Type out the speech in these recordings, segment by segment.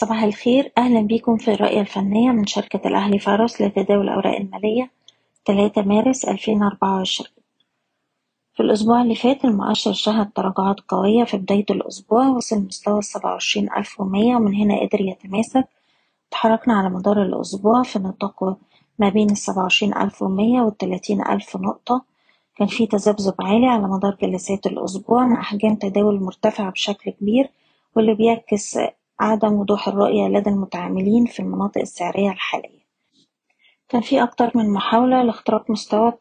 صباح الخير، أهلا بيكم في الرؤية الفنية من شركة الأهلي فارس لتداول الأوراق المالية 3 مارس 2024. في الأسبوع اللي فات المؤشر شهد تراجعات قوية. في بداية الأسبوع وصل مستوى 27100 ومن هنا قدر يتماسك. تحركنا على مدار الأسبوع في نطاق ما بين 27100 و30000 نقطة. كان في تذبذب عالي على مدار جلسات الأسبوع مع أحجام تداول مرتفعة بشكل كبير، واللي بيعكس عدم وضوح الرؤية لدى المتعاملين في المناطق السعرية الحالية. كان في أكتر من محاولة لاختراق مستوى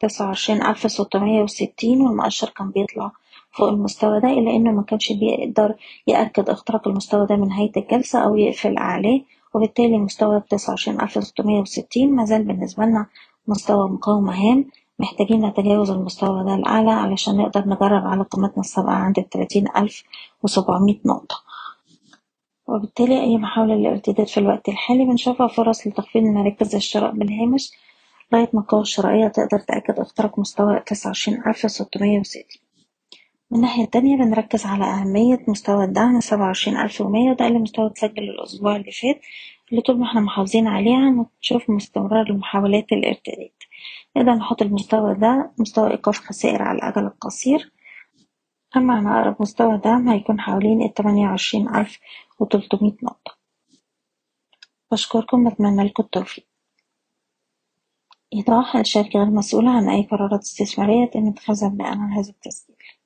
29660 والمؤشر كان بيطلع فوق المستوى ده، إلا إنه ما كانش بيقدر يأكد اختراق المستوى ده من نهاية الجلسة أو يقفل عليه، وبالتالي مستوى 29660 مازال بالنسبة لنا مستوى مقاومة هام. محتاجين نتجاوز المستوى ده الأعلى علشان نقدر نجرب على قيمتنا السابقة عند 30700 نقطة، وبالتالي أي محاولة للارتداد في الوقت الحالي بنشوفها فرص لتخفيض مراكز الشراء بالهامش لغاية ما القوة الشرائية تقدر تأكد اختراق مستوى 29660. من الناحية التانية بنركز على أهمية مستوى الدعم 27100، وده أقل مستوى اتسجل الأسبوع اللي فات، اللي طول ما احنا محافظين عليها نشوف استمرار المحاولات الارتداد. نقدر نحط المستوى ده مستوى إيقاف خسائر على الأجل القصير. أما عن أقرب مستوى دعم هيكون حوالين 28300 نقطة. بشكركم وأتمنى لكم التوفيق. إيضاح: الشركة غير مسؤولة عن أي قرارات استثمارية يتم اتخاذها بناءً على هذا التسجيل.